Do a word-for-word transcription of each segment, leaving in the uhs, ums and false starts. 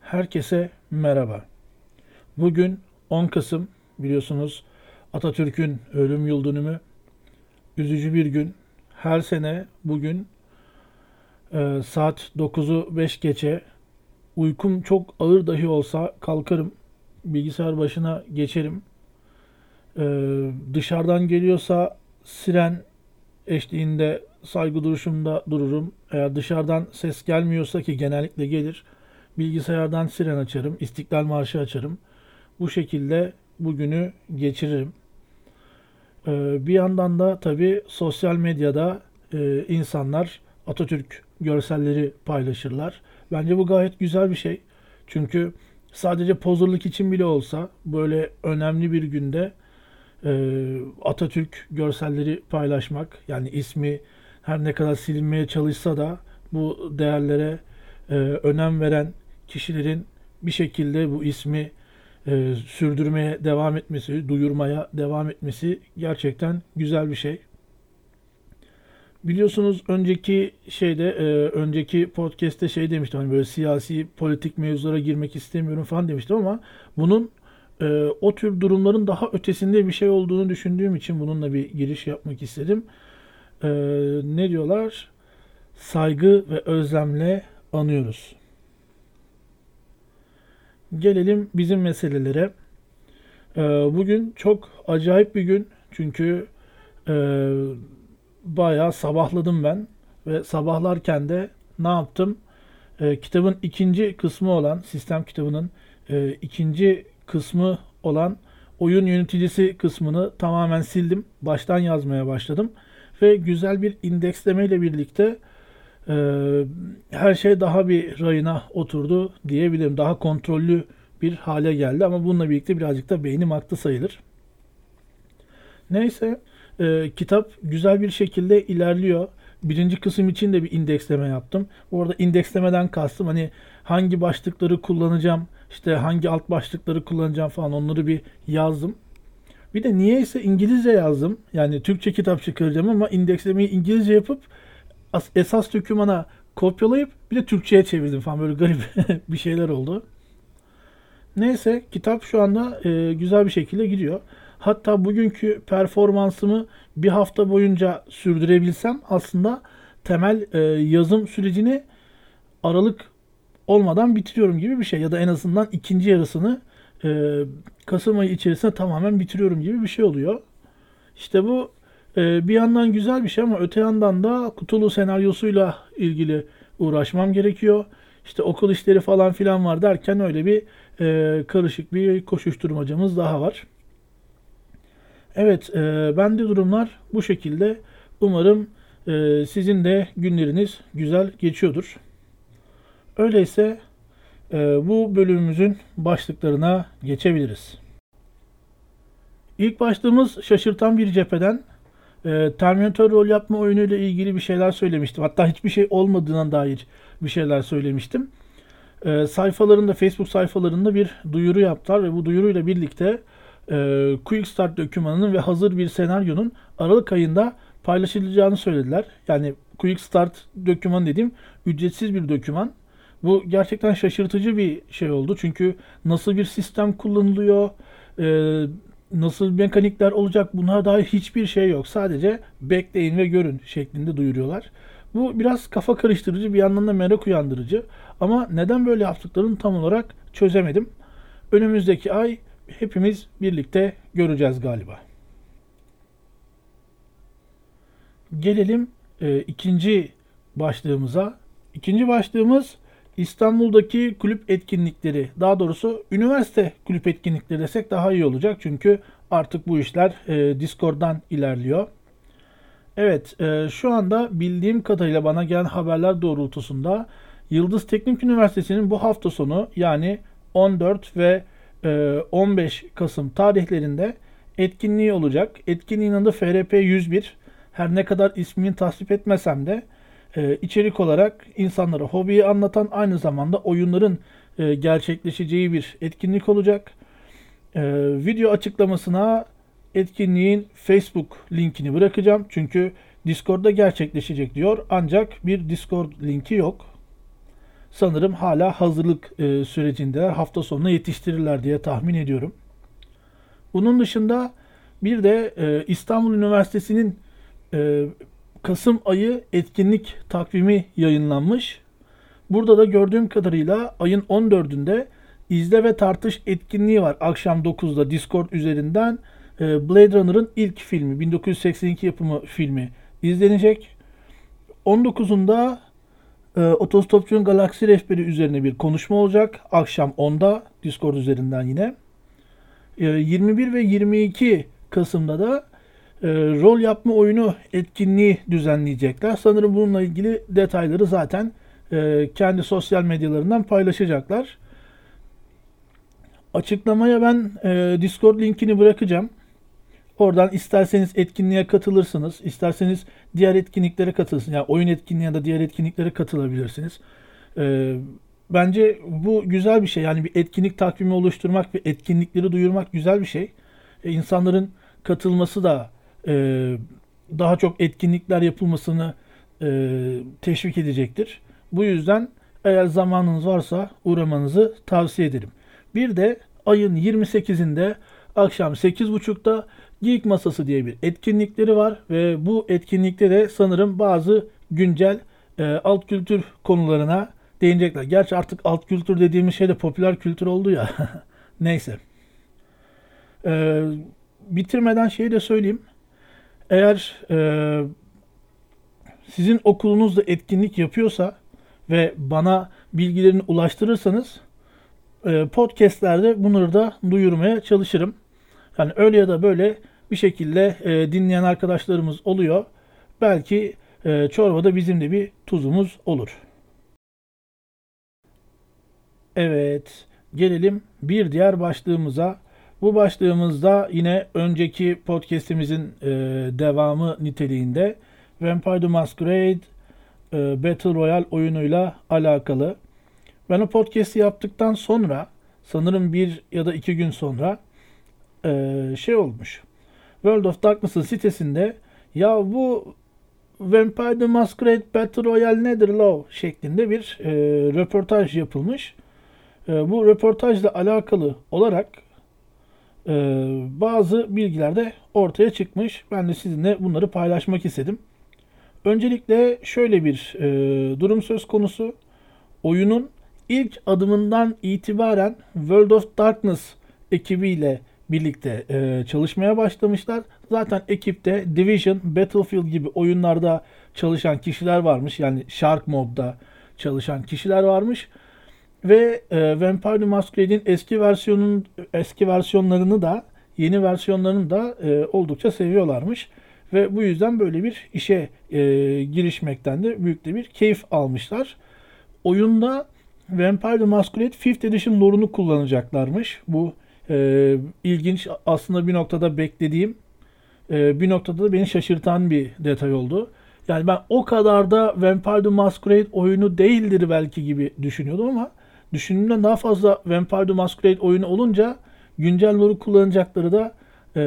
Herkese merhaba. Bugün on Kasım, biliyorsunuz Atatürk'ün ölüm yıl dönümü. Üzücü bir gün. Her sene bugün e, saat dokuzu beş geçe uykum çok ağır dahi olsa kalkarım. Bilgisayar başına geçerim. E, Dışarıdan geliyorsa siren eşliğinde saygı duruşumda dururum. Eğer dışarıdan ses gelmiyorsa, ki genellikle gelir, bilgisayardan siren açarım, İstiklal Marşı açarım. Bu şekilde bugünü geçiririm. Ee, bir yandan da tabii sosyal medyada e, insanlar Atatürk görselleri paylaşırlar. Bence bu gayet güzel bir şey. Çünkü sadece pozorluk için bile olsa böyle önemli bir günde e, Atatürk görselleri paylaşmak, yani ismi her ne kadar silinmeye çalışsa da bu değerlere e, önem veren kişilerin bir şekilde bu ismi e, sürdürmeye devam etmesi, duyurmaya devam etmesi gerçekten güzel bir şey. Biliyorsunuz önceki şeyde, e, önceki podcast'te şey demiştim, hani böyle siyasi, politik mevzulara girmek istemiyorum falan demiştim, ama bunun e, o tür durumların daha ötesinde bir şey olduğunu düşündüğüm için bununla bir giriş yapmak istedim. E, Ne diyorlar? Saygı ve özlemle anıyoruz. Gelelim bizim meselelere. Ee, Bugün çok acayip bir gün. Çünkü e, bayağı sabahladım ben. Ve sabahlarken de ne yaptım? Ee, kitabın ikinci kısmı olan, sistem kitabının e, ikinci kısmı olan oyun yöneticisi kısmını tamamen sildim. Baştan yazmaya başladım. Ve güzel bir indeksleme ile birlikte e, her şey daha bir rayına oturdu diyebilirim. Daha kontrollü bir hale geldi, ama bununla birlikte birazcık da beynim aktı sayılır. Neyse, e, kitap güzel bir şekilde ilerliyor. Birinci kısım için de bir indeksleme yaptım. Bu arada indekslemeden kastım, hani hangi başlıkları kullanacağım, işte hangi alt başlıkları kullanacağım falan, onları bir yazdım. Bir de niyeyse İngilizce yazdım. Yani Türkçe kitap çıkaracağım ama indekslemeyi İngilizce yapıp esas dokümana kopyalayıp bir de Türkçe'ye çevirdim falan, böyle garip bir şeyler oldu. Neyse, kitap şu anda e, güzel bir şekilde gidiyor. Hatta bugünkü performansımı bir hafta boyunca sürdürebilsem aslında temel e, yazım sürecini Aralık olmadan bitiriyorum gibi bir şey. Ya da en azından ikinci yarısını e, Kasım ayı içerisinde tamamen bitiriyorum gibi bir şey oluyor. İşte bu e, bir yandan güzel bir şey, ama öte yandan da Cthulhu senaryosuyla ilgili uğraşmam gerekiyor. İşte okul işleri falan filan var derken öyle bir e, karışık bir koşuşturmacamız daha var. Evet, e, bende durumlar bu şekilde. Umarım e, sizin de günleriniz güzel geçiyordur. Öyleyse e, bu bölümümüzün başlıklarına geçebiliriz. İlk başlığımız şaşırtan bir cepheden. E, Terminator rol yapma oyunu ile ilgili bir şeyler söylemiştim. Hatta hiçbir şey olmadığına dair bir şeyler söylemiştim. E, sayfalarında, Facebook sayfalarında bir duyuru yaptılar ve bu duyuruyla birlikte e, Quick Start dokümanının ve hazır bir senaryonun Aralık ayında paylaşılacağını söylediler. Yani Quick Start doküman dediğim ücretsiz bir doküman. Bu gerçekten şaşırtıcı bir şey oldu. Çünkü nasıl bir sistem kullanılıyor, e, nasıl mekanikler olacak, bunlara dair hiçbir şey yok. Sadece bekleyin ve görün şeklinde duyuruyorlar. Bu biraz kafa karıştırıcı, bir yandan da merak uyandırıcı. Ama neden böyle yaptıklarını tam olarak çözemedim. Önümüzdeki ay hepimiz birlikte göreceğiz galiba. Gelelim e, ikinci başlığımıza. İkinci başlığımız İstanbul'daki kulüp etkinlikleri. Daha doğrusu üniversite kulüp etkinlikleri desek daha iyi olacak. Çünkü artık bu işler e, Discord'dan ilerliyor. Evet, e, şu anda bildiğim kadarıyla bana gelen haberler doğrultusunda Yıldız Teknik Üniversitesi'nin bu hafta sonu, yani on dört ve e, on beş Kasım tarihlerinde etkinliği olacak. Etkinliğin adı F R P yüz bir. Her ne kadar ismini tasvip etmesem de e, içerik olarak insanlara hobiyi anlatan, aynı zamanda oyunların e, gerçekleşeceği bir etkinlik olacak. E, Video açıklamasına etkinliğin Facebook linkini bırakacağım. Çünkü Discord'da gerçekleşecek diyor. Ancak bir Discord linki yok. sanırım hala hazırlık e, sürecindeler. Hafta sonuna yetiştirirler diye tahmin ediyorum. Bunun dışında bir de e, İstanbul Üniversitesi'nin e, Kasım ayı etkinlik takvimi yayınlanmış. Burada da gördüğüm kadarıyla ayın on dördünde izle ve tartış etkinliği var. Akşam dokuzda Discord üzerinden e, Blade Runner'ın ilk filmi, bin dokuz yüz seksen iki yapımı filmi izlenecek. on dokuzunda e, Otostopçunun Galaksi Rehberi üzerine bir konuşma olacak. Akşam onda Discord üzerinden yine. E, yirmi bir ve yirmi iki Kasım'da da e, rol yapma oyunu etkinliği düzenleyecekler. Sanırım bununla ilgili detayları zaten e, kendi sosyal medyalarından paylaşacaklar. Açıklamaya ben e, Discord linkini bırakacağım. Oradan isterseniz etkinliğe katılırsınız, isterseniz diğer etkinliklere katılırsınız. Yani oyun etkinliği ya da diğer etkinliklere katılabilirsiniz. E, bence bu güzel bir şey. Yani bir etkinlik takvimi oluşturmak ve etkinlikleri duyurmak güzel bir şey. E, insanların katılması da e, daha çok etkinlikler yapılmasını e, teşvik edecektir. Bu yüzden eğer zamanınız varsa uğramanızı tavsiye ederim. Bir de ayın yirmi sekizinde akşam sekiz buçukta Geek Masası diye bir etkinlikleri var ve bu etkinlikte de sanırım bazı güncel e, alt kültür konularına değinecekler. Gerçi artık alt kültür dediğimiz şey de popüler kültür oldu ya. Neyse. E, bitirmeden şeyi de söyleyeyim. Eğer e, sizin okulunuzda etkinlik yapıyorsa ve bana bilgilerini ulaştırırsanız e, podcastlerde bunları da duyurmaya çalışırım. Yani öyle ya da böyle bir şekilde e, dinleyen arkadaşlarımız oluyor. Belki e, çorbada bizim de bir tuzumuz olur. Evet, gelelim bir diğer başlığımıza. Bu başlığımızda yine önceki podcast'imizin e, devamı niteliğinde Vampire the Masquerade e, Battle Royale oyunuyla alakalı. Ben o podcast'i yaptıktan sonra sanırım bir ya da iki gün sonra e, şey olmuş. World of Darkness'ın sitesinde ya bu Vampire the Masquerade Battle Royale nedir lo şeklinde bir e, röportaj yapılmış. E, bu röportajla alakalı olarak e, bazı bilgiler de ortaya çıkmış. Ben de sizinle bunları paylaşmak istedim. Öncelikle şöyle bir e, durum söz konusu. Oyunun ilk adımından itibaren World of Darkness ekibiyle birlikte e, çalışmaya başlamışlar. Zaten ekipte Division, Battlefield gibi oyunlarda çalışan kişiler varmış. Yani Shark Mob'da çalışan kişiler varmış. Ve e, Vampire the Masquerade'in eski versiyonun eski versiyonlarını da yeni versiyonlarını da e, oldukça seviyorlarmış. Ve bu yüzden böyle bir işe e, girişmekten de büyük de bir keyif almışlar. Oyunda Vampire the Masquerade fifth Edition lore'unu kullanacaklarmış. Bu e, ilginç, aslında bir noktada beklediğim, e, bir noktada da beni şaşırtan bir detay oldu. Yani ben o kadar da Vampire the Masquerade oyunu değildir belki gibi düşünüyordum ama düşündüğümden daha fazla Vampire the Masquerade oyunu olunca güncel lore'u kullanacakları da e,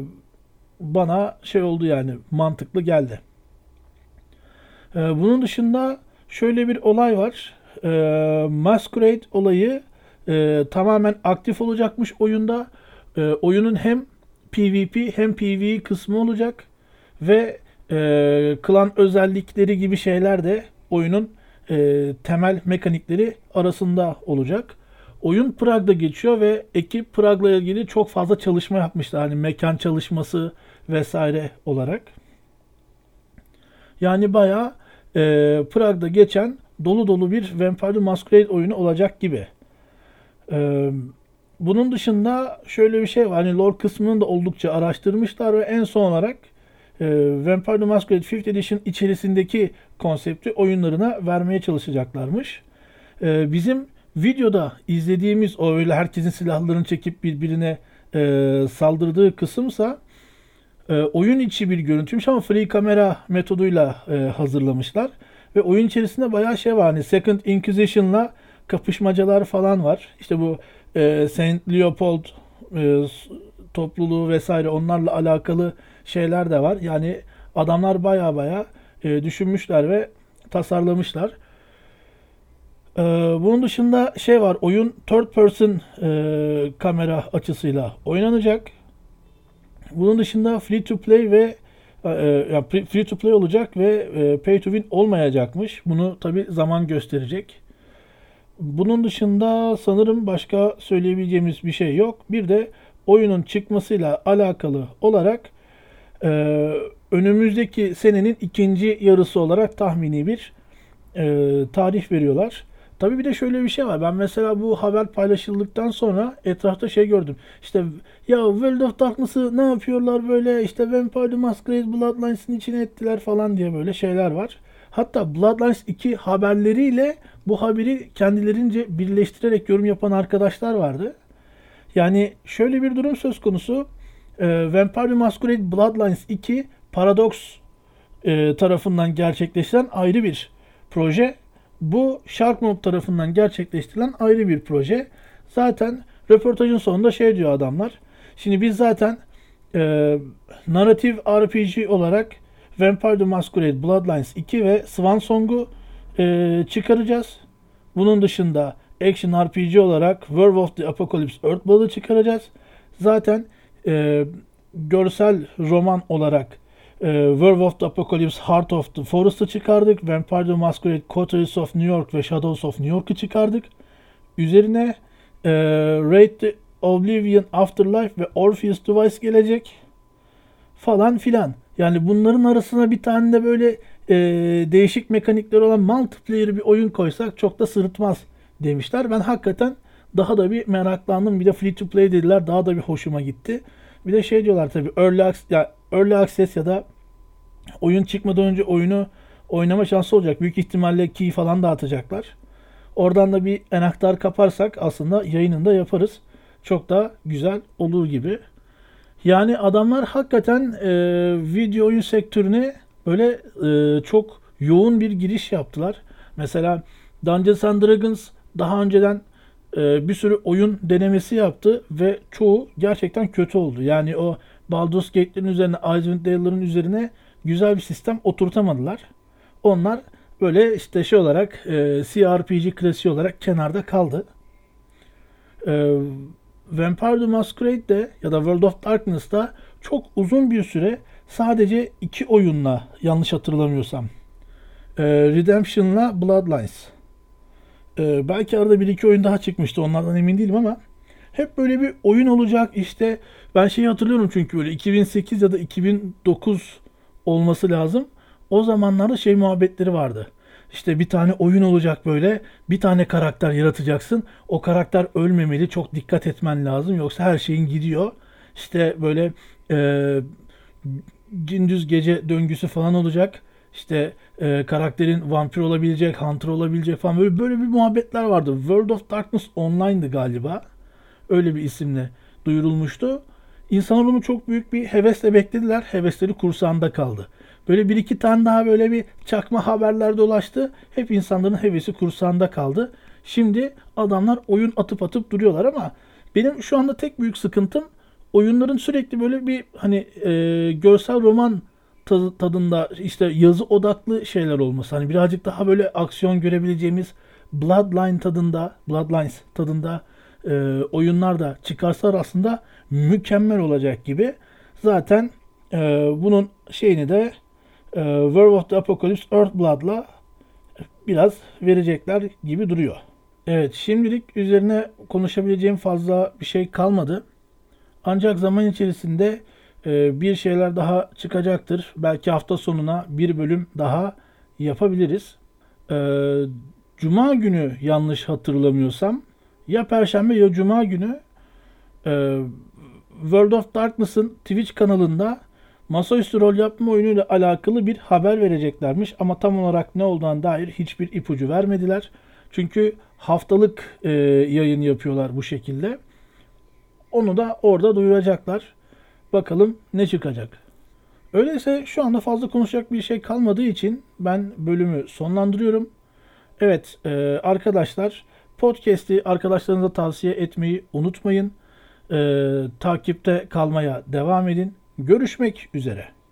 bana şey oldu, yani mantıklı geldi. E, bunun dışında şöyle bir olay var. E, Masquerade olayı e, tamamen aktif olacakmış oyunda. E, oyunun hem PvP hem PvE kısmı olacak ve e, klan özellikleri gibi şeyler de oyunun e, temel mekanikleri arasında olacak. Oyun Prag'da geçiyor ve ekip Prag'la ilgili çok fazla çalışma yapmışlar. Hani mekan çalışması vesaire olarak. Yani bayağı e, Prag'da geçen dolu dolu bir Vampire the Masquerade oyunu olacak gibi. E, bunun dışında şöyle bir şey var. Hani lore kısmını da oldukça araştırmışlar ve en son olarak e, Vampire the Masquerade fifth Edition içerisindeki konsepti oyunlarına vermeye çalışacaklarmış. E, bizim videoda izlediğimiz o öyle herkesin silahlarını çekip birbirine e, saldırdığı kısımsa e, oyun içi bir görüntüymüş ama free kamera metoduyla e, hazırlamışlar. Ve oyun içerisinde bayağı şey var. Hani Second Inquisition'la kapışmacalar falan var. İşte bu e, Saint Leopold e, topluluğu vesaire, onlarla alakalı şeyler de var. Yani adamlar bayağı bayağı e, düşünmüşler ve tasarlamışlar. Ee, bunun dışında şey var. Oyun third person e, kamera açısıyla oynanacak. Bunun dışında free to play ve e, yani free to play olacak ve e, pay to win olmayacakmış. Bunu tabi zaman gösterecek. Bunun dışında sanırım başka söyleyebileceğimiz bir şey yok. Bir de oyunun çıkmasıyla alakalı olarak e, önümüzdeki senenin ikinci yarısı olarak tahmini bir e, tarih veriyorlar. Tabii bir de şöyle bir şey var. Ben mesela bu haber paylaşıldıktan sonra etrafta şey gördüm. İşte ya World of Darkness'ı ne yapıyorlar böyle, işte Vampire the Masquerade Bloodlines'ın içine ettiler falan diye böyle şeyler var. Hatta Bloodlines iki haberleriyle bu haberi kendilerince birleştirerek yorum yapan arkadaşlar vardı. Yani şöyle bir durum söz konusu. E, Vampire the Masquerade Bloodlines iki Paradox e, tarafından gerçekleştiren ayrı bir proje. Bu Sharkmob tarafından gerçekleştirilen ayrı bir proje. Zaten röportajın sonunda şey diyor adamlar. Şimdi biz zaten e, narrative R P G olarak Vampire the Masquerade Bloodlines iki ve Swan Song'u e, çıkaracağız. Bunun dışında Action R P G olarak World of the Apocalypse Earthblood'u çıkaracağız. Zaten e, görsel roman olarak e, World of the Apocalypse Heart of the Forest'ı çıkardık. Vampire the Masquerade Quarters of New York ve Shadows of New York'ı çıkardık. Üzerine e, Raid the Oblivion Afterlife ve Orpheus Device gelecek. Falan filan. Yani bunların arasına bir tane de böyle e, değişik mekanikleri olan multiplayer bir oyun koysak çok da sırıtmaz demişler. Ben hakikaten daha da bir meraklandım. Bir de free to play dediler. Daha da bir hoşuma gitti. Bir de şey diyorlar tabii, early access, ya early access ya da oyun çıkmadan önce oyunu oynama şansı olacak. Büyük ihtimalle key falan dağıtacaklar. Oradan da bir enaktar kaparsak aslında yayınını da yaparız. Çok da güzel olur gibi. Yani adamlar hakikaten e, video oyun sektörüne böyle e, çok yoğun bir giriş yaptılar. Mesela Dungeons and Dragons daha önceden e, bir sürü oyun denemesi yaptı ve çoğu gerçekten kötü oldu. Yani o Baldur's Gate'lerin üzerine, Icewind Dale'ların üzerine güzel bir sistem oturtamadılar. Onlar böyle işte şey olarak e, C R P G klasiği olarak kenarda kaldı. E, Vampire the Masquerade'de ya da World of Darkness'ta çok uzun bir süre sadece iki oyunla, yanlış hatırlamıyorsam, e, Redemption'la Bloodlines. E, belki arada bir iki oyun daha çıkmıştı, onlardan emin değilim ama hep böyle bir oyun olacak. İşte ben şeyi hatırlıyorum çünkü böyle iki bin sekiz ya da iki bin dokuz olması lazım. O zamanlarda şey muhabbetleri vardı. İşte bir tane oyun olacak böyle. Bir tane karakter yaratacaksın. O karakter ölmemeli. Çok dikkat etmen lazım. Yoksa her şeyin gidiyor. İşte böyle e, gündüz gece döngüsü falan olacak. İşte e, karakterin vampir olabilecek, hunter olabilecek falan. Böyle, böyle bir muhabbetler vardı. World of Darkness Online'dı galiba. Öyle bir isimle duyurulmuştu. İnsanlar onu çok büyük bir hevesle beklediler. Hevesleri kursağında kaldı. Böyle bir iki tane daha böyle bir çakma haberler dolaştı. Hep insanların hevesi kursağında kaldı. Şimdi adamlar oyun atıp atıp duruyorlar ama benim şu anda tek büyük sıkıntım oyunların sürekli böyle bir hani e, görsel roman tadında, işte yazı odaklı şeyler olması. Hani birazcık daha böyle aksiyon görebileceğimiz Bloodline tadında, Bloodlines tadında e, oyunlar da çıkarsalar aslında mükemmel olacak gibi. Zaten e, bunun şeyini de e, World of the Apocalypse Earthblood'la biraz verecekler gibi duruyor. Evet, şimdilik üzerine konuşabileceğim fazla bir şey kalmadı. Ancak zaman içerisinde e, bir şeyler daha çıkacaktır. Belki hafta sonuna bir bölüm daha yapabiliriz. E, Cuma günü yanlış hatırlamıyorsam, ya Perşembe ya Cuma günü e, World of Darkness'ın Twitch kanalında masaüstü rol yapma oyunuyla alakalı bir haber vereceklermiş. Ama tam olarak ne olduğuna dair hiçbir ipucu vermediler. Çünkü haftalık e, yayın yapıyorlar bu şekilde. Onu da orada duyuracaklar. Bakalım ne çıkacak. Öyleyse şu anda fazla konuşacak bir şey kalmadığı için ben bölümü sonlandırıyorum. Evet e, arkadaşlar, podcast'i arkadaşlarınıza tavsiye etmeyi unutmayın. E, takipte kalmaya devam edin. Görüşmek üzere.